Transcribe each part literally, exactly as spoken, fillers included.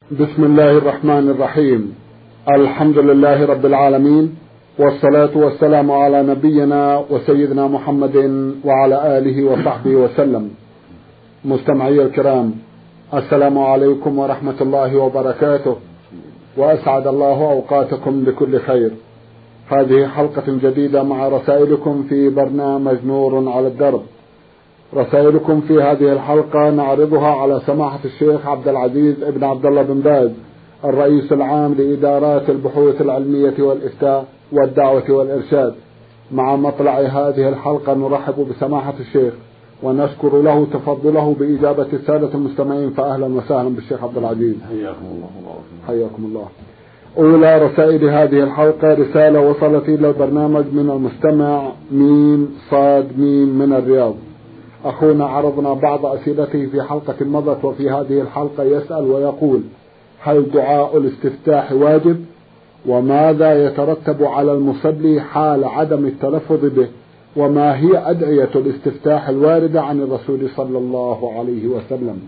بسم الله الرحمن الرحيم. الحمد لله رب العالمين، والصلاة والسلام على نبينا وسيدنا محمد وعلى آله وصحبه وسلم. مستمعي الكرام، السلام عليكم ورحمة الله وبركاته، وأسعد الله أوقاتكم بكل خير. هذه حلقة جديدة مع رسائلكم في برنامج نور على الدرب. رسائلكم في هذه الحلقة نعرضها على سماحة الشيخ عبد العزيز ابن عبد الله بن باز، الرئيس العام لإدارات البحوث العلمية والإفتاء والدعوة والإرشاد. مع مطلع هذه الحلقة نرحب بسماحة الشيخ ونشكر له تفضله بإجابة السادة المستمعين، فأهلا وسهلا بالشيخ عبد العزيز. حياكم الله. حياكم الله. أولى رسائل هذه الحلقة رسالة وصلت إلى البرنامج من المستمع ميم صاد ميم من الرياض. أخونا عرضنا بعض أسئلته في حلقة مضت، وفي هذه الحلقة يسأل ويقول: هل دعاء الاستفتاح واجب؟ وماذا يترتب على المصلي حال عدم التلفظ به؟ وما هي أدعية الاستفتاح الواردة عن الرسول صلى الله عليه وسلم؟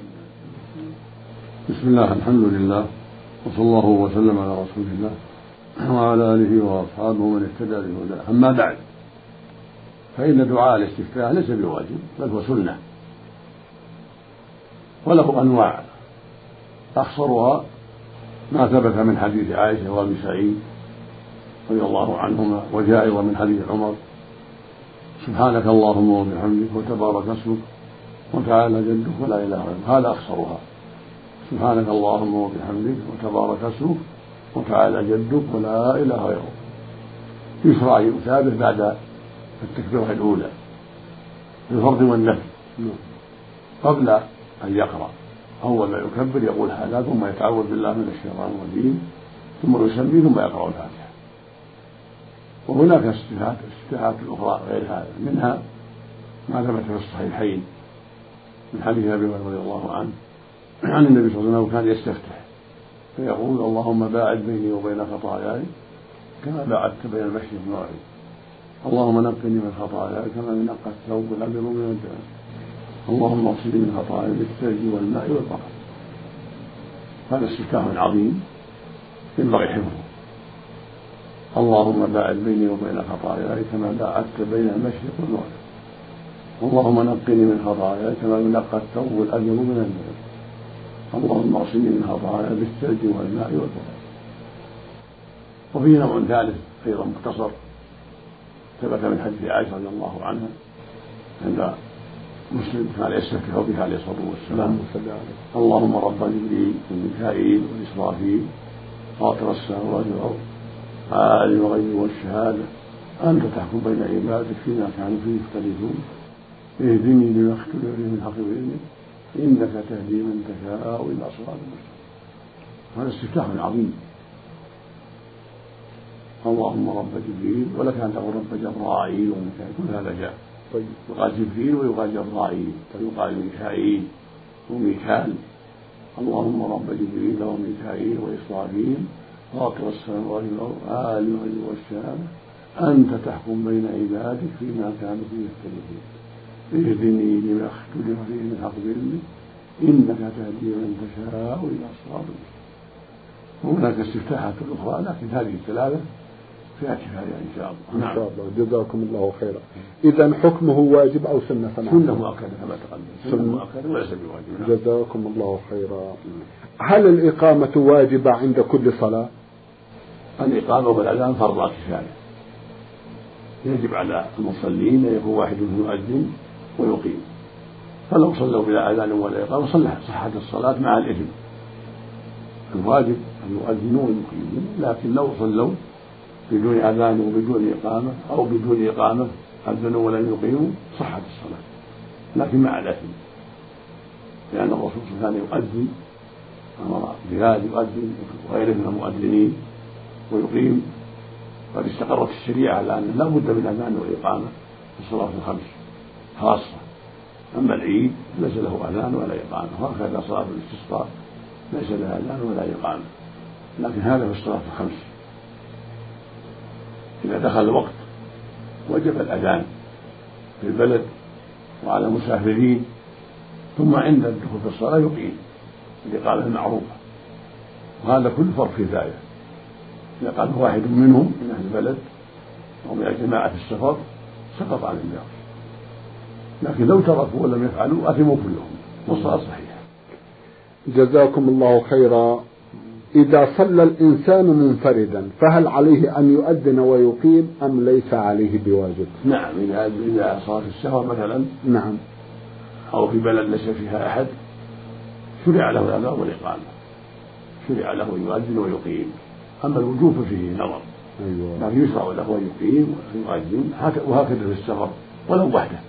بسم الله، الحمد لله، وصلى الله وسلم على رسول الله وعلى آله وأصحابه من اهتدى بهداه. أما بعد، فإن دعاء الاستفتاح ليس بواجب، بل هو سنة، وله أنواع. أخصرها ما ثبت من حديث عائشة وأبي سعيد رضي الله عنهما، وجاء أيضا من حديث عمر: سبحانك اللهم وبحمدك وتبارك اسمك وتعالى جدك ولا إله غيرك. هذا أخصرها: سبحانك اللهم وبحمدك وتبارك اسمك وتعالى جدك ولا إله غيرك. يشرع يثابه بعد التكبيرة الأولى في الفرض والنفل قبل أن يقرأ. أول ما يكبر يقول هذا، ثم يتعوذ بالله من الشيطان الرجيم، ثم يسمي، ثم يقرأ الفاتحة. وهناك استفتاحات استفتاحات أخرى غير هذا، منها ما ثبت في الصحيحين من حديث أبي هريرة رضي الله عنه عن النبي صلى الله عليه وسلم كان يستفتح فيقول: اللهم باعد بيني وبين خطاياي كما باعدت بين المشرق والمغرب، اللهم نقني من خطاياي كما ينقى الثوب الأبيض من الدنس، اللهم اغسلني من خطاياي بالثلج والماء والبرد. هذا استفتاح عظيم ينبغي حفظه. اللهم باعد بيني وبين خطاياي كما باعدت بين المشرق والمغرب، اللهم نقني من خطاياي كما ينقى الثوب الأبيض من الدنس، اللهم اغسلني من خطاياي بالثلج والماء والبرد. وفيه نوع ثالث أيضا مختصر ثبت من حديث عائشة رضي الله عنها عند مسلم كان يستفتح بها عليه الصلاة والسلام: اللهم رب جبريل وميكائيل وإسرافيل فاطر السماوات والأرض عالم الغيب والشهادة أنت تحكم بين عبادك فيما كانوا فيه يختلفون اهدني لما اختلف فيه من حق بإذنك إنك تهدي من تشاء إلى صراط مستقيم. هذا استفتاح عظيم. اللهم رب جبريل، ولك أن تقول رب جبرائيل وميكائيل، كل هذا جاء. طيب. يقال جبريل ويقال جبرائيل ويقال ميكائيل وميكال. اللهم رب جبريل وميكائيل وإسرافيل فاطر السماوات والأرض عالم الغيب والشهادة أنت تحكم بين عبادك فيما كانوا فيه يختلفون اهدني لما اختلف فيه من حق بإذنك إنك تهدي من تشاء إلى صراط مستقيم. وهناك استفتاحات أخرى، لكن هذه الثلاثة فيها كفاية إن شاء الله. إن شاء الله. جزاكم الله خيرا. إذا حكمه واجب أو سنة؟ سنة مؤكدة كما تقدم، سنة مؤكدة وليس بواجب. جزاكم الله خيرا. هل الإقامة واجبة عند كل صلاة؟ الإقامة والأذان فرض كفاية، يجب على المصلين أن يكون واحد يؤذن ويقيم، فلو صلوا بلا أذان ولا إقامة صحت الصلاة مع الإثم. الواجب أن يؤذنوا ويقيموا، لكن لو صلوا بدون أذان وبدون إقامة أو بدون إقامة أذنوا ولم يقيموا صحت الصلاة، لكن مع الأثم، لأن الرسول صلى الله عليه وسلم كان يؤذن، أمر بلال يؤذن وغيره من المؤذنين ويقيم. قد استقرت الشريعة على أن لا بد من أذان وإقامة في الصلاة الخمس خاصة. أما العيد ليس له أذان ولا إقامة، وهكذا صلاة الاستسقاء ليس لها أذان ولا إقامة، لكن هذا في الصلاة الخمس. إذا دخل الوقت وجب الأذان في البلد وعلى المسافرين، ثم عند الدخول في الصلاة يقيم الإقامة المعروفة وهذا كل فرض كفاية، إذا قام واحد منهم من أهل البلد أو من الجماعة في السفر سقط عن الباقي، لكن لو تركوا ولم يفعلوا أثموا كلهم والصلاة صحيحة. جزاكم الله خيرا. إذا صلى الإنسان منفردا فهل عليه أن يؤذن ويقيم أم ليس عليه بواجب؟ نعم، إذا إذا صار في السفر مثلا نعم أو في بلد ليس فيها أحد شرع له الأذان والإقامة، شرع له يؤذن ويقيم. أما الوجوب فيه نظر، أيوة. لكن يشرع له أن يقيم ويؤذن، وهكذا في السفر ولو وحده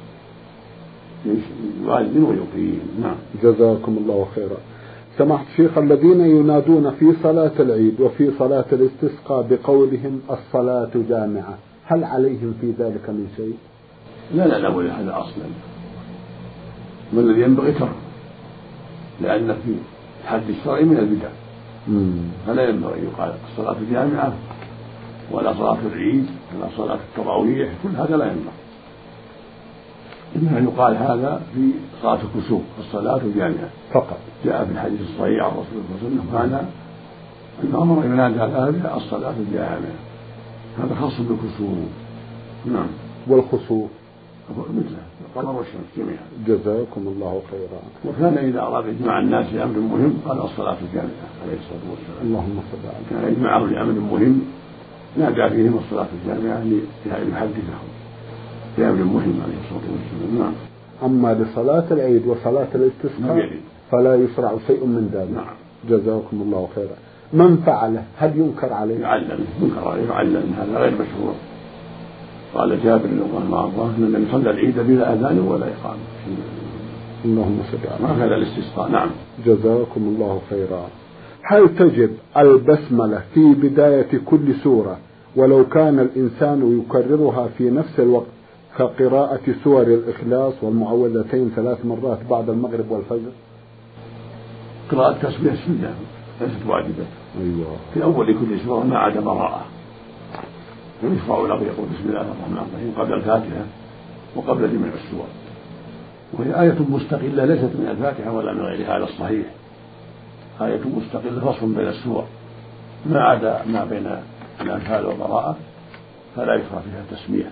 يؤذن ويقيم. نعم. جزاكم الله خيرا. سمعت شيخ، الذين ينادون في صلاة العيد وفي صلاة الاستسقاء بقولهم الصلاة جامعة، هل عليهم في ذلك من شيء؟ لا لا لا ولا هذا أصلا، والذي ينبغي ترك، لأن في حد الشرع من البدع، فلا ينبغي يقال الصلاة جامعة ولا صلاة العيد ولا صلاة التراويح، كل هذا لا ينبغي، إنما يقال هذا في صلاة الكسوف الصلاة جامعة فقط. جاء في الحديث الصحيح عن رسول الله صلى الله عليه وسلم كان أن أمر ينادى هذا الصلاة جامعة، هذا خاص بالكسوف. نعم. والخسوف مثله القمر والشمس جميعا. جزاكم الله خيرا. وكان إذا أراد إجماع الناس لأمر مهم قال الصلاة جامعة عليه الصلاة والسلام. اللهم صل على. كان إجماعه لأمر مهم نادى فيهم الصلاة الجامعة ليحدثهم بأمر مهم عليه الصلاة والسلام. نعم. أما لصلاة العيد وصلاة الاستسقاء فلا يشرع شيء من ذلك. نعم. جزاكم الله خيرا. من فعله هل ينكر عليه؟ يعلم، ينكر عليه، يعلم، هذا غير مشروع. قال جابر رضي الله عنه أن النبي صلى العيد بلا أذان ولا إقامة. اللهم صل على. ما كان الاستسقاء. نعم. جزاكم الله خيرا. هل تجب البسملة في بداية كل سورة ولو كان الإنسان يكررها في نفس الوقت كقراءة سور الإخلاص والمعوذتين ثلاث مرات بعد المغرب والفجر؟ قراءة تسبيح سنة ليست واجبة. أيوة. في أول كل سورة ما عدا براءة، ويشرع له يقول بسم الله الرحمن الرحيم قبل الفاتحة وقبل جميع السور، وهي آية مستقلة ليست من الفاتحة ولا من غيرها على الصحيح، آية مستقلة فصل بين السور، ما عدا ما بين الأنفال والبراءة فلا يشرع فيها التسمية،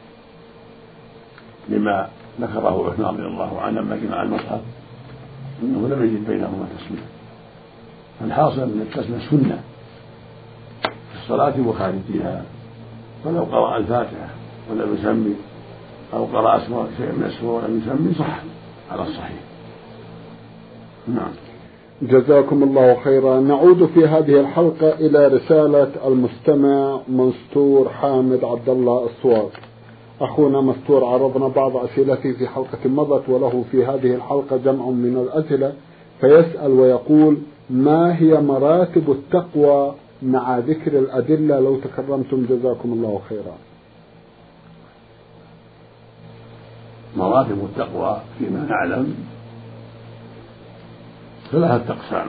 لما ذكره عثمان رضي الله عنه لما جمع المصحف انه لم يجد بينهما تسمية. فالحاصل ان التسمية سنة في الصلاة وخارجها، فلو قرأ الفاتحة ولم يسمي او قرأ شيء من السور ولم يسمي صح على الصحيح. نعم. جزاكم الله خيرا. نعود في هذه الحلقة إلى رسالة المستمع مستور حامد عبد الله الصواب. أخونا مستور عرضنا بعض أسئلته في حلقة مضت وله في هذه الحلقة جمع من الأسئلة، فيسأل ويقول: ما هي مراتب التقوى مع ذكر الأدلة لو تكرمتم جزاكم الله خيرا. مراتب التقوى فيما نعلم ثلاثة أقسام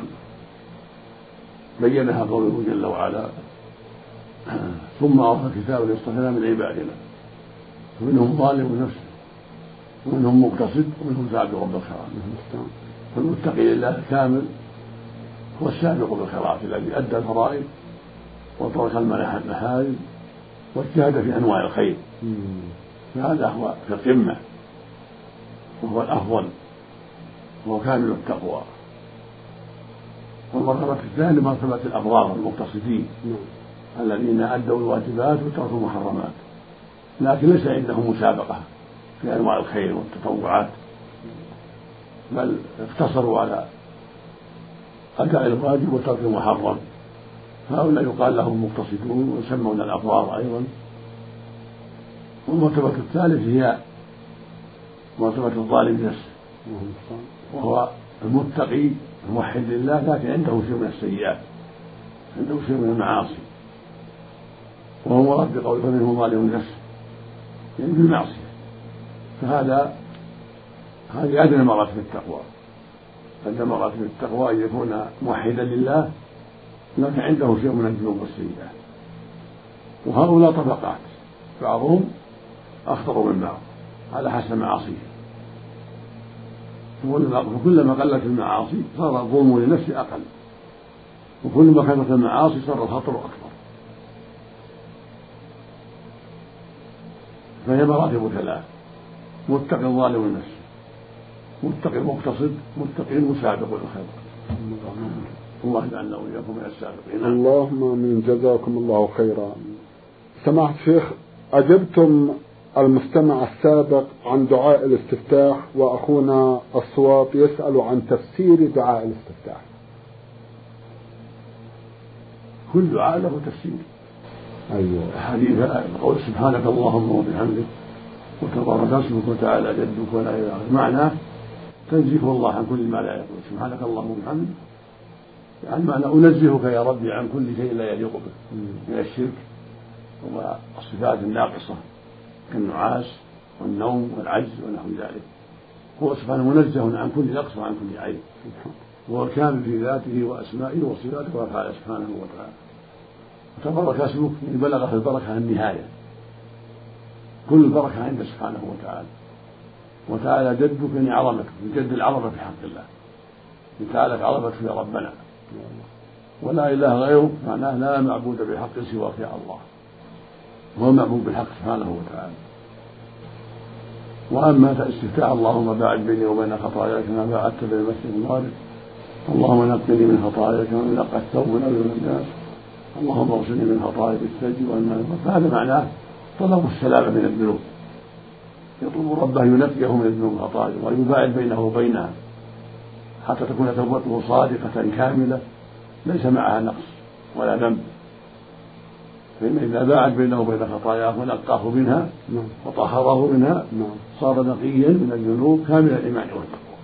بينها قوله جل وعلا: ثم أوحى الكتاب ليصطفينا من عبادنا ومنهم ظالم لنفسه ومنهم مقتصد ومنهم سابق بالخيرات. فالمتقي لله الكامل هو السابق بالخيرات الذي أدى الفرائض وترك المحارم واجتهد في أنواع الخير، فهذا هو في القمة وهو الأفضل وهو كامل التقوى. والمرتبة الثانية مرتبة الأبرار المقتصدين الذين أدوا الواجبات وتركوا المحرمات، لكن ليس عندهم مسابقة في أنواع الخير والتطوعات، بل اقتصروا على أداء الواجب وترك المحرم، هؤلاء يقال لهم مقتصدون ويسمون الأبرار أيضا. والمرتبة الثالث هي مرتبة الظالم لنفسه، وهو المتقي الموحد لله لكن عنده شيء من السيئات، عنده شيء من المعاصي، وهو مراد بقوله فمنهم ظالم لنفسه يعني بالمعصية. فهذا هذه أدنى مراتب التقوى. أدنى مراتب التقوى أن يكون موحدا لله لكن عنده شيء من الذنوب والسيئات، وهؤلاء طبقات بعضهم أخطر من بعض على حسب معاصيه، وكلما قلت المعاصي صار الظلم لنفسه أقل، وكل ما كثرت المعاصي صار الخطر أكبر. فهي مراتب ثلاث: متقي ظالم نفسه، متقي مقتصد، متقي مسابق الخير. الله يجعلنا وإياكم من السابقين. اللهم آمين. جزاكم الله خيرا. سماحة الشيخ، أجبتم المستمع السابق عن دعاء الاستفتاح، وأخونا الصواب يسأل عن تفسير دعاء الاستفتاح. كل دعاء له تفسير. أيوة. حديث قول سبحانك اللهم وبحمدك وتبارك اسمك وتعالى جدك ولا إله إلا أنت، معناه تنزيه الله عن كل ما لا يقول. سبحانك اللهم وبحمدك يعني معنى أنزهك يا ربي عن كل شيء لا يليق به من الشرك والصفات الناقصة كالنعاس والنوم والعجز ونحو ذلك. هو سبحانه منزه عن كل نقص وعن كل عيب، هو الكامل في ذاته وأسمائه وصفاته وأفعاله سبحانه وتعالى. وتبارك اسمك إن بلغت البركة النهاية، كل البركة عنده سبحانه وتعالى. وتعالى جدك يعني عظمتك، الجد العظمة في حق الله، تعالى عظمتك يا ربنا، ولا إله غيره معناه لا معبود بحق سواك يا الله، هو معبود بالحق سبحانه وتعالى. وأما استفتاح اللهم باعد بيني وبين خطاياي كما باعدت بين المشرق والمغرب، اللهم نقني من خطاياي كما ينقى الثوب من أبيض من الناس، اللهم اغسلني من خطاياي بالثلج والماء. فهذا معناه طلب السلامة من الذنوب، يطلب ربه ينقيه من الذنوب والخطايا ويباعد بينه وبينها حتى تكون توبته صادقة كاملة ليس معها نقص ولا ذنب. فإن إذا باعد بينه وبين خطاياه ونقاه منها وطهره منها صار نقيا من الذنوب كامل الإيمان والتقوى.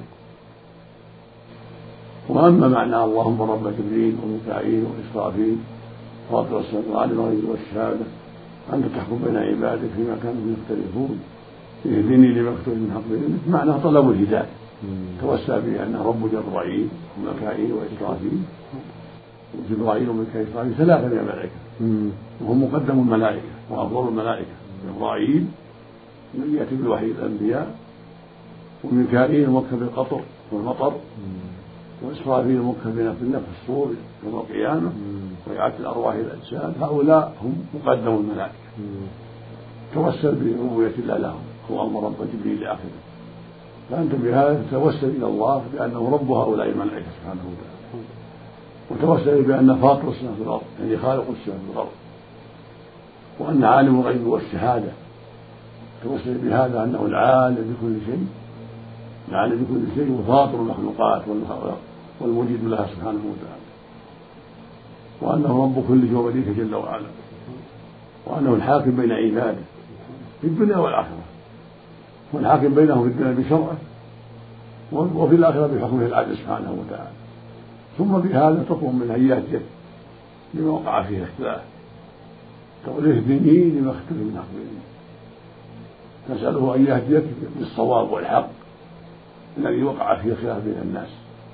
وأما معنى اللهم رب جبريل وميكائيل وإسرافيل فاطر السماوات والأرض والشهادة أنت تحكم بين عبادك فيما كانوا يختلفون اهدني لما اختلف من حق بينك، معناه طلب الهداية توسى به أنه رب جبرائيل وميكائيل وإسرافيل. جبرائيل وميكائيل وإسرافيل ثلاثة من الملائكة وهم مقدم الملائكة وأفضل الملائكة. جبرائيل يأتي بالوحي الأنبياء، وميكائيل موكل بالقطر والمطر، وإسرافيل موكل بنفخ الصور يوم القيامة وإعادة الأرواح إلى الأجساد. هؤلاء هم مقدم الملائكة. توسل بربوبية الله لهم، اللهم رب جبريل آخره. فأنت بهذا تتوسل إلى الله بأنه رب هؤلاء الملائكة سبحانه وتعالى، وتوسل بأن فاطر السماوات والأرض يعني خالق السماوات والأرض، وأن عالم الغيب والشهادة. توسل بهذا أنه العالم بكل شيء، العالم بكل شيء وفاطر المخلوقات والمجيد لها سبحانه وتعالى، وأنه رب كل شيء ومليك جل وعلا، وأنه الحاكم بين عباده في الدنيا والآخرة، والحاكم بينهم في الدنيا بشرعه وفي الآخرة بحكمه العدل سبحانه وتعالى. ثم بهذا تطلب منه أن يهديك لما وقع فيه اختلاف، تقول اهدني لما اختلف من حق بيني، تسأله أن يهديك بالصواب والحق الذي وقع فيه خلاف بين الناس،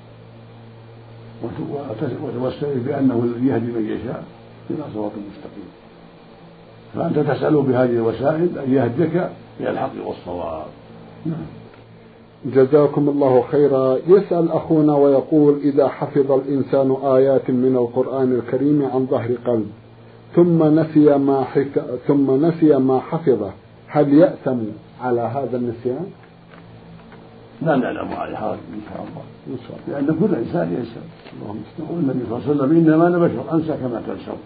وتوسل بأنه الذي يهدي من يشاء إلى صراط مستقيم. فأنت تسأله بهذه الوسائل أن يهديك إلى الحق والصواب. نعم. جزاكم الله خيرا. يسأل أخونا ويقول: إذا حفظ الإنسان آيات من القرآن الكريم عن ظهر قلب ثم نسي ما حك... ثم نسي ما حفظه، هل يأثم على هذا النسيان؟ لا نعلم على حرج إن شاء الله، إن شاء الله، لأن كل إنسان ينسى. والنبي صلى الله عليه وسلم: إنما أنا بشر أنسى كما تنسون.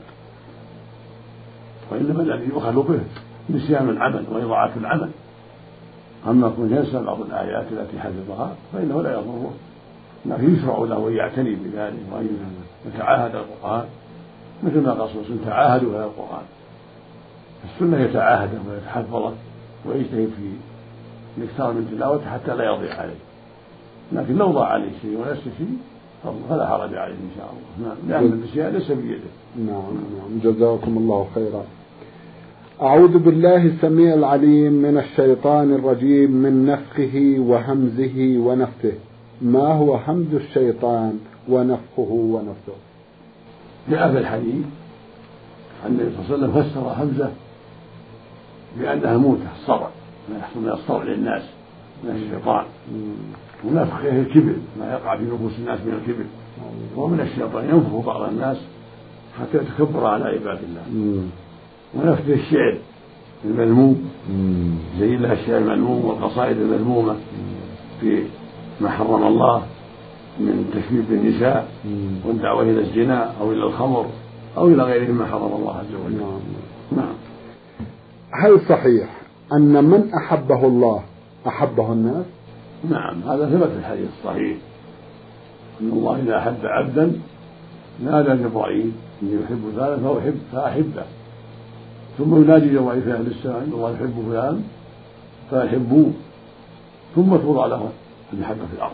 وإنما الذي يؤخذ به نسيان العمل وإضاعة العمل. أما كن ينسى بعض الآيات التي حفظها فإنه لا يضره، لكن يشرع له أن يعتني بذلك وأن يتعاهد القرآن، مثل ما قال صلى الله عليه وسلم: تعاهدوا هذا القرآن. السنة يتعاهده ويتحفظه ويجتهد في الاكثار من تلاوته حتى لا يضيع عليه. لكن لو ضاع عليه شيء ونسي شيء فلا حرج عليه إن شاء الله. نعم. لأن النسيان ليس بيده. نعم نعم. جزاكم الله خيرا. أعوذ بالله السميع العليم من الشيطان الرجيم من نفخه وهمزه ونفثه. ما هو همز الشيطان ونفخه ونفثه؟ جاء في الحديث أن النبي صلى الله عليه وسلم فسر همزة بأنها موتة الصرع، ما يحصل من الصرع للناس من الشيطان، ونفخه الكبر، ما يقع في نفوس الناس من الكبر ومن الشيطان ينفخ بعض الناس حتى يتكبر على عباد الله، ونفذ الشعر المذموم زي لها الشعر المذموم والقصائد المذمومة في ما حرم الله من تشبيب النساء والدعوة إلى الزنا أو إلى الخمر أو إلى غيره ما حرم الله عز وجل. نعم. هل صحيح أن من أحبه الله أحبه الناس؟ نعم، هذا ثبت في الحديث الصحيح أن الله إذا أحب عبدا نادى جبرائيل إني يحب ذلك فهو يحب فأحبه، ثم ينادي جبرائيل في أهل السماء إن الله يحب فلان فيحبوه، ثم توضع له المحبة في الأرض،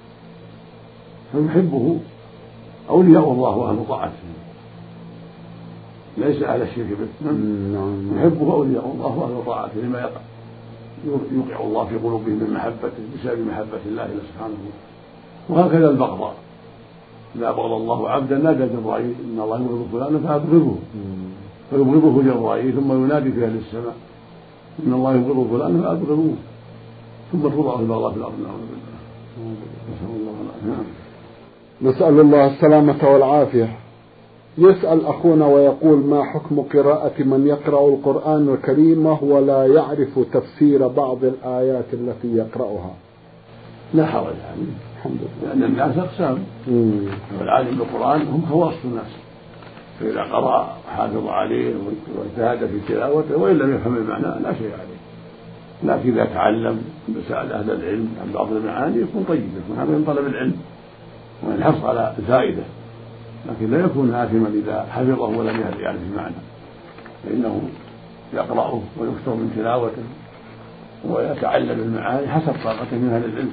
فيحبه أولياء الله وأهل طاعته ليس أهل الشرك به، يحبه أولياء الله وأهل طاعته لما يقع يوقع الله في قلوبهم من محبته بسبب محبة الله سبحانه. وهكذا البغضاء، إذا أبغض الله عبدا نادى جبرائيل إن الله يبغض فلانا فأبغضه، فيبغضه جبرائيل ثم ينادي في أهل السماء إن الله يبغض فلانا فأبغضوه، ثم توضع البغضاء في الأرض. نسأل الله العافية. نسأل الله السلامة والعافية. يسأل أخونا ويقول: ما حكم قراءة من يقرأ القرآن الكريم ولا يعرف تفسير بعض الآيات التي يقرأها؟ لا حرج يعني، الحمد لله، لأن الناس أقسام، والعالم بالقرآن هم خواص الناس، فإذا قرأ حافظ عليه واجتهد في تلاوته وإن لم يفهم المعنى لا شيء عليه، لكن إذا تعلم وسأل أهل العلم عن بعض المعاني يكون طيب، يكون هذا من طلب العلم والحرص على الفائدة، لكن لا يكون آثما إذا حفظه ولم يعرف المعنى، فإنه يقرأه ويكثر من تلاوته ويتعلم المعاني حسب طاقته من أهل العلم.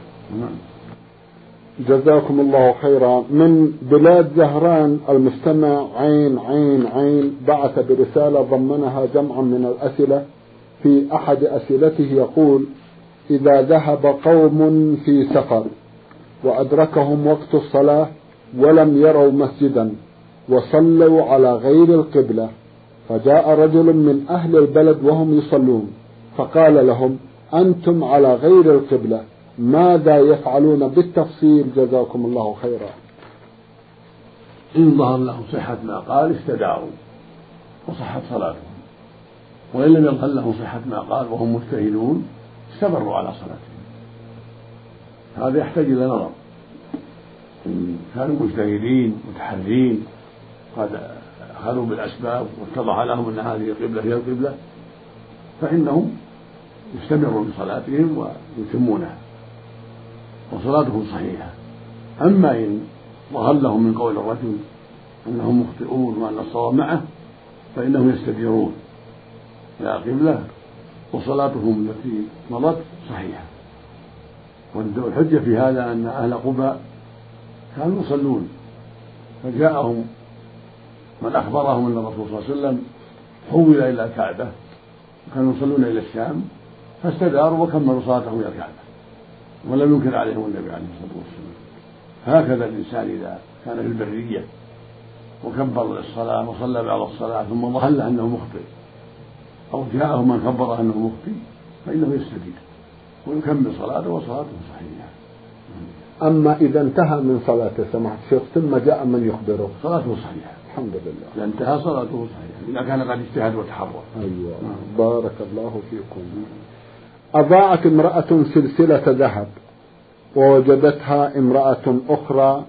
جزاكم الله خيرا. من بلاد زهران المستمع عين عين عين بعث برسالة ضمنها جمعا من الأسئلة. في أحد أسئلته يقول: إذا ذهب قوم في سفر وأدركهم وقت الصلاة ولم يروا مسجدا وصلوا على غير القبلة، فجاء رجل من أهل البلد وهم يصلون فقال لهم: أنتم على غير القبلة، ماذا يفعلون بالتفصيل؟ جزاكم الله خيرا. إن ظهر لهم صحة ما قال استداروا وصحت صلاتهم، وإن لم يظهر لهم صحة ما قال وهم مجتهدون استمروا على صلاتهم. هذا يحتاج إلى نظر، إن كانوا مجتهدين متحرين قد أخذوا بالأسباب واتضح لهم أن هذه القبلة هي القبلة فإنهم يستمروا بصلاتهم ويتمونها وصلاتهم صحيحة. أما إن ظهر لهم من قول الرجل أنهم مخطئون وأن الصواب معه فإنهم يستديرون إلى القبلة وصلاتهم التي مضت صحيحة. والحجة في هذا أن أهل قباء كانوا يصلون فجاءهم من أخبرهم أن الرسول صلى الله عليه وسلم حول إلى الكعبة وكانوا يصلون إلى الشام فاستداروا وكملوا صلاتهم إلى الكعبة ولم ينكر عليهم النبي عليه الصلاة والسلام. هكذا الإنسان إذا كان في البرية وكبر للصلاة وصلى بعد الصلاة ثم ظهر له أنه مخطئ أو جاءه من خبره أنه مخطئ فإنه يستدير ويكمل صلاته وصلاته صحيحة. أما إذا انتهى من صلاته سماحة الشيخ ثم جاء من يخبره صلاته صحيحة الحمد لله، إذا انتهى صلاته صحيحة إذا كان قد اجتهد وتحرى. أيوة. بارك الله فيكم. أضاعت امرأة سلسلة ذهب ووجدتها امرأة أخرى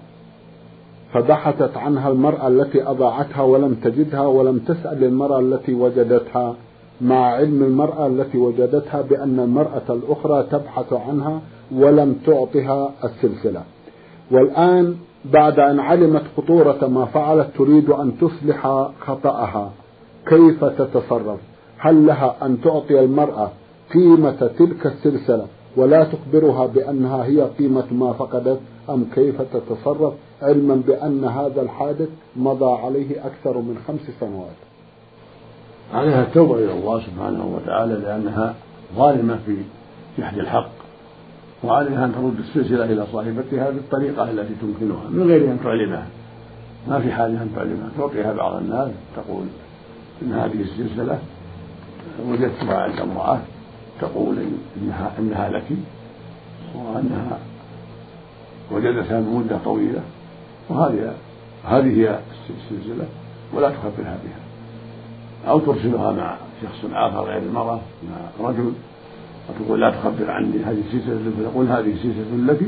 فبحثت عنها المرأة التي أضاعتها ولم تجدها ولم تسأل المرأة التي وجدتها، مع علم المرأة التي وجدتها بأن المرأة الأخرى تبحث عنها ولم تعطها السلسلة. والآن بعد أن علمت خطورة ما فعلت تريد أن تصلح خطأها، كيف تتصرف؟ هل لها أن تعطي المرأة قيمة تلك السلسلة ولا تخبرها بأنها هي قيمة ما فقدت، أم كيف تتصرف علما بأن هذا الحادث مضى عليه أكثر من خمس سنوات؟ عليها التوبة إلى الله سبحانه وتعالى لأنها ظالمة في جحد الحق، وعليها أن ترد السلسلة إلى صاحبتها بالطريقة التي تمكنها من غير أن تعلمها، ما في حاجة أن تعلمها، تعطيها بعض الناس تقول إن هذه السلسلة وجدتها عند امرأة تقول إنها, إنها لك وأنها وجدتها من مدة طويلة وهذه هذه هي السلسلة، ولا تخبرها بها أو ترسلها مع شخص آخر غير المرأة، مع رجل، وتقول لا تخبر عني هذه السلسلة التي تقول هذه السلسلة التي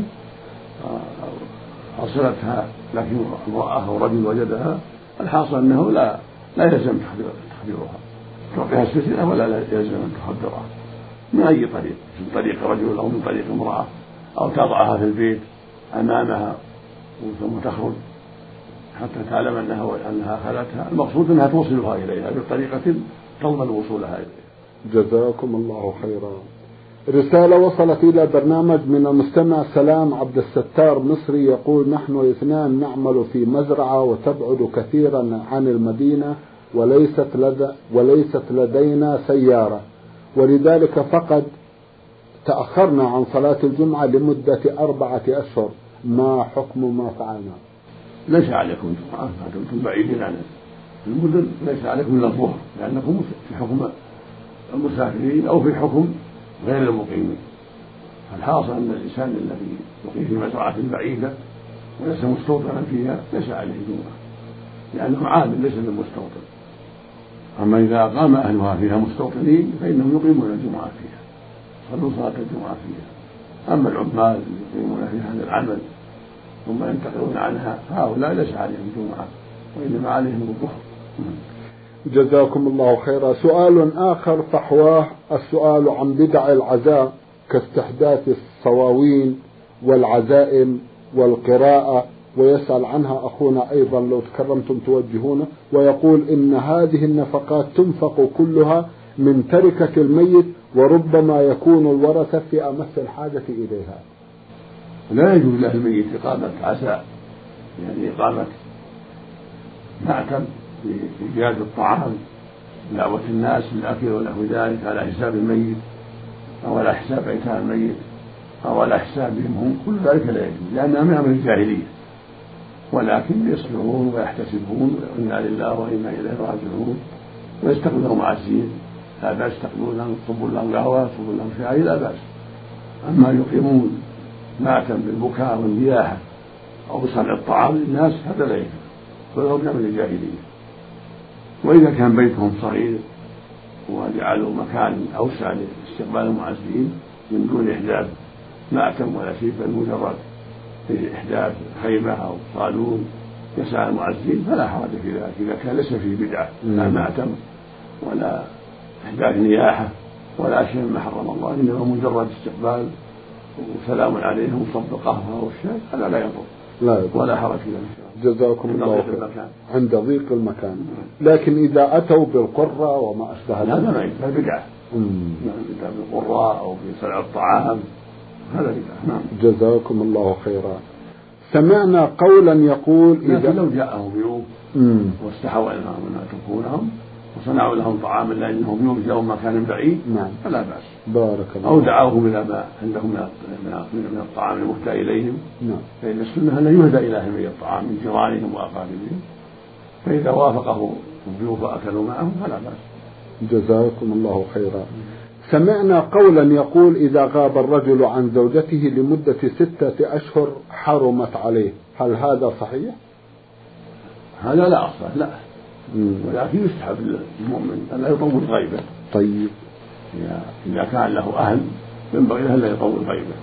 أرسلتها لكن امرأة أو رجل وجدها. الحاصل أنه لا لا يلزم تخبيرها، تعطيها السلسلة ولا يلزم أن تخبرها من أي طريق، من طريق رجل أو من طريق امرأة، أو تضعها في البيت أمامها ثم تخرج حتى تعلم أنها أنها أخذتها. المقصود أنها توصلها إليها بطريقة تضمن وصولها إليها. جزاكم الله خيرا. رسالة وصلت إلى برنامج من المستمع سلام عبد الستار مصري، يقول: نحن اثنان نعمل في مزرعة وتبعد كثيرا عن المدينة، وليست, لدى وليست لدينا سيارة، ولذلك فقد تأخرنا عن صلاة الجمعة لمدة أربعة أشهر، ما حكم ما فعلنا؟ ليس عليكم جمعة، أنتم بعيدين عن المدن، ليس عليكم إلا الظهر، لأنكم في حكم المسافرين أو في حكم غير المقيمين. الحاصل أن الإنسان الذي يقيم في مزرعة بعيدة وليس مستوطنا فيها ليس عليه جمعة، لأنه عامل ليس بالمستوطن. أما إذا أقام أهلها فيها مستوطنين فإنهم يقيمون الجمعة فيها، صلوا صلاة الجمعة فيها. أما العمال يقيمون في هذا العمل ثم ينتقلون عنها فهؤلاء ليس عليهم جمعة، وإنما عليهم الظهر. جزاكم الله خيرا. سؤال آخر فحواه السؤال عن بدع العزاء كاستحداث الصواوين والعزائم والقراءة، ويسأل عنها أخونا أيضا لو تكرمتم توجهونه، ويقول إن هذه النفقات تنفق كلها من تركة الميت، وربما يكون الورثة في أمس الحاجة إليها. لا يجوز للميت إقامة عزاء، يعني إقامة معتم بإيجاد الطعام، دعوة الناس بالأكل ونحو ذلك على حساب الميت أو على حساب أيتام الميت أو على حسابهم هم، كل ذلك لا يجوز، لأنها من أمر الجاهلية. ولكن يصبرون ويحتسبون وإنا لله وإنا إليه راجعون، ويستقبلون معزين لا بأس، يستقبلون لهم، يصبون لهم قهوة، يصبون لهم شاي، لا بأس. أما يقيمون ماتم بالبكاء والنياحة أو بصنع الطعام للناس هذا لا يجوز، فهو من أمر الجاهلية. وإذا كان بيتهم صغير وجعلوا مكان أوسع لاستقبال المعزين من دون إحداث مأتم ولا شيء، بل مجرد إحداث خيمة أو صالون يسعى المعزين فلا حرج في ذلك، إذا كان ليس فيه بدعة لا مأتم ولا إحداث نياحة ولا شيء مما حرم الله، إنما مجرد استقبال وسلام عليهم وصب القهوة والشاي، هذا لا يضر لا يضر ولا حرج في ذلك. جزاكم الله خيرا. عند ضيق المكان. لكن إذا أتوا بالقرة وما أشبه ذلك هذا ما يشبه بدعة، بدعة بالقرة أو في صنع الطعام هذا بدعة. نعم. جزاكم الله خيرا. سمعنا قولا يقول إذا لو جاءهم ضيوف واستحوا أنهم يتركونهم وصنعوا لهم طعاما لأنهم ضيوف جاءوا مكان بعيد نعم. فلا بأس. بارك الله. أو دعوهم إلى ما عندهم من الطعام المهدى إليهم نعم. فإن السنة أن يهدى إليهم من الطعام من جيرانهم وأقاربهم، فإذا وافقه الضيوف وأكلوا معهم فلا بأس. جزاكم الله خيرا. سمعنا قولا يقول إذا غاب الرجل عن زوجته لمدة ستة أشهر حرمت عليه، هل هذا صحيح؟ هذا لا أصلا لا، ولكن يستحب للمؤمن أن لا يطول غيبه. طيب إذا كان له أهل ينبغي له لا يطول غيبه،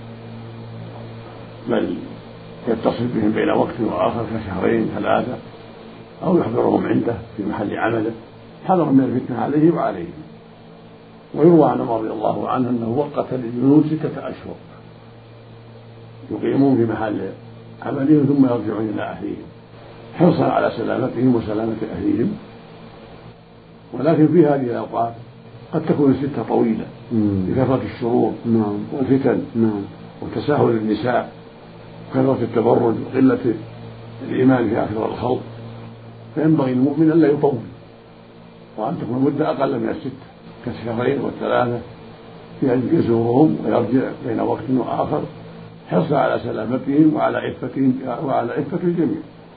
بل يتصل بهم بين وقت وآخر كشهرين ثلاثة، أو يحضرهم عنده في محل عمله حذرا من الفتنة عليه وعليهم. ويروى عن عمر رضي الله عنه أنه وقت للجنود ستة أشهر يقيمون في محل عملهم ثم يرجعون إلى أهليهم حرصا على سلامتهم وسلامة أهليهم. ولكن في هذه الأوقات قد تكون الستة طويلة بكثرة الشرور نعم. والفتن نعم. وتساهل النساء وكثرة التبرج وقلة الإيمان في أكثر الخلق، فينبغي المؤمن أن لا يطول، وأن تكون مدة أقل من الستة كالشهرين والثلاثة، يعني يزورهم ويرجع بين وقت وآخر حرصا على سلامتهم وعلى عفتهم وعلى عفة الجميع.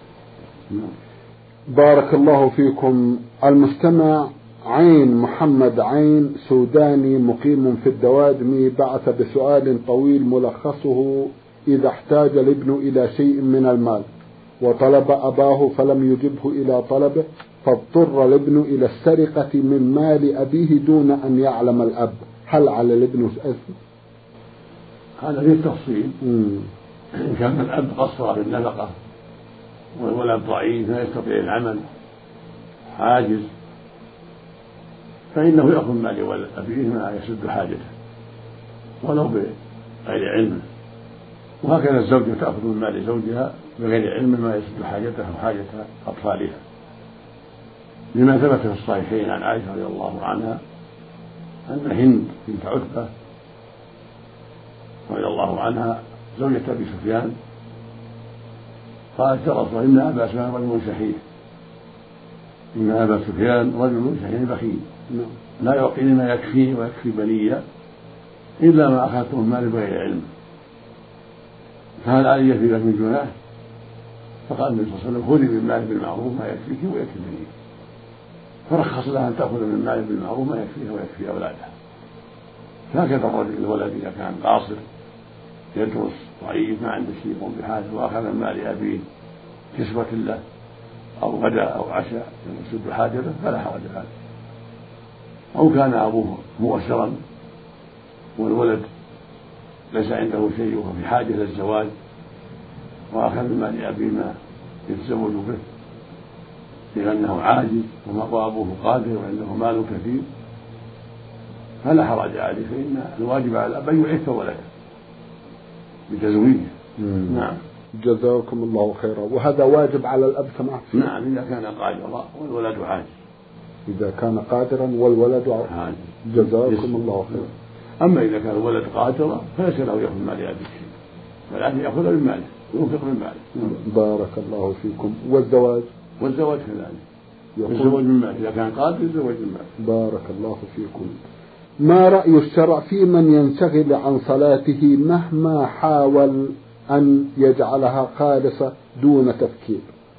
بارك الله فيكم. المستمع عين محمد عين سوداني مقيم في الدوادمي بعث بسؤال طويل ملخصه: إذا احتاج الابن إلى شيء من المال وطلب أباه فلم يجبه إلى طلبه فاضطر الابن إلى السرقة من مال أبيه دون أن يعلم الأب، هل على الابن إثم؟ هذا فيه تفصيل. إن كان الأب قصر بالنفقة والولد ضعيف لا يستطيع العمل عاجز فإنه يأخذ مال ولد أبيه ما يسد حاجته ولو بغير علم، وهكذا الزوجة تأخذ من مال زوجها بغير علم ما يسد حاجتها وحاجة أطفالها، لما ثبت في الصحيحين عن عائشة رضي الله عنها أن هند بنت عتبة رضي الله عنها زوجة أبي سفيان قالت يا رسول الله إن أبا سفيان رجل شحيح، إن أبا سفيان رجل شحيح بخيل لا يعطيني ما يكفيه ويكفي بني إلا ما أخذته من مال بغير علم، فهل علي في ذلك من جناح؟ فقال النبي صلى الله عليه وسلم خذي من مال بالمعروف ما يكفيك ويكفي بنيك، فرخص لها أن تأخذ من مال بالمعروف ما يكفيها ويكفي أولادها. هكذا الرجل الولد إذا كان قاصر يدرس ضعيف ما عنده شيء يقوم بحاجه وأخذ من مال أبيه كسوة له أو غداء أو عشاء يسد حاجته فلا حرج عليه. أو كان أبوه مؤسرا والولد ليس عنده شيء وهو في حاجة للزواج وأخذ من مال أبيه ما يتزوج به لأنه عاجز وأبوه قادر وعنده مال كثير فلا حرج عليه، فإن الواجب على الأب أن يعف ولده بتزويجه. نعم. جزاكم الله خيرا. وهذا واجب على الأب سماحة؟ نعم إذا كان قادرا والولد عاجز. إذا كان قادرا والولد عاجز. جزاكم الله خيرا. أما إذا كان الولد قادرا فليس له يأخذ مال أبيه شيء ولكن يأخذ من ماله وينفق من ماله. بارك الله فيكم. والزواج؟ والزواج كذلك يتزوج من ماله إذا كان قادر يتزوج من ماله. بارك الله فيكم. ما رأي الشرع في من ينشغل عن صلاته مهما حاول أن يجعلها خالصة دون تفكير؟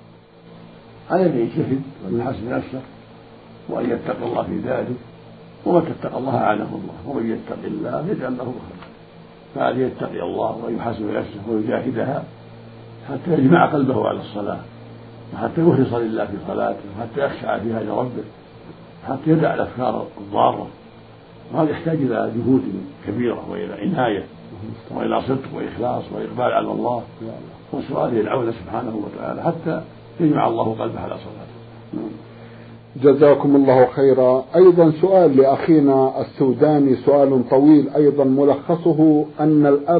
على أن يجتهد ويحسن نفسه وأن يتقي الله في ذلك، ومن تتقى الله أعانه الله، ومن يتق الله يجعل له خيرا، فعليه يتقي الله ويحاسب نفسه ويجاهدها حتى يجمع قلبه على الصلاة وحتى يخلص لله في صلاته وحتى يخشع فيها لربه حتى يدع الأفكار الضارة، وهذا يحتاج إلى جهود كبيرة وإلى عناية وإلى صدق وإخلاص وإقبال على الله وسؤاله العون سبحانه وتعالى حتى يجمع الله قلبه على صلاته. جزاكم الله خيرا. أيضا سؤال لأخينا السوداني، سؤال طويل أيضا ملخصه أن الأب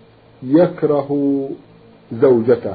يكره زوجته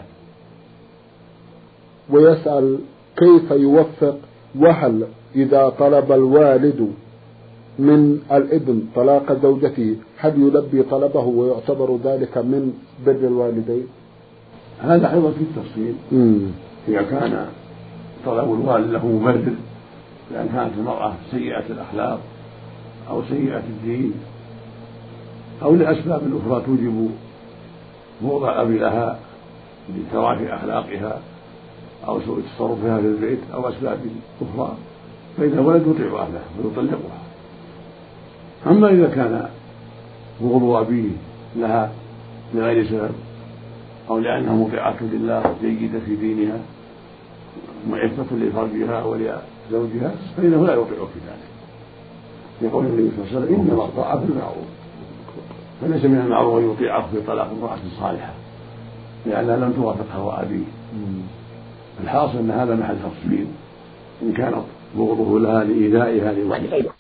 ويسأل كيف يوفق، وهل إذا طلب الوالد من الابن طلاق زوجته هل يلبي طلبه ويعتبر ذلك من بر الوالدين؟ هذا أيضا في التفصيل. إذا كان طلب الوالد له مبرر لأن كانت المرأة سيئة الأخلاق أو سيئة الدين أو لأسباب أخرى توجب بغض الأب لها لتراخي أخلاقها أو سوء تصرفها في البيت أو أسباب أخرى فإن الولد يطيع أهله ويطلقها. أما إذا كان بغض أبيه لها لغير سبب أو لأنها مطيعة لله جيدة في دينها معفة لفرجها ولزوجها فإنه لا يطيع في ذلك، يقول النبي صلى الله عليه وسلم إنما الطاعة بالمعروف، فليس من المعروف أن يطيعه في طلاق امرأة صالحة لأنها لم توافق هوى أبيه. الحاصل أن هذا محل تفصيل، إن كان بغضه لها لإيذائها لوجهها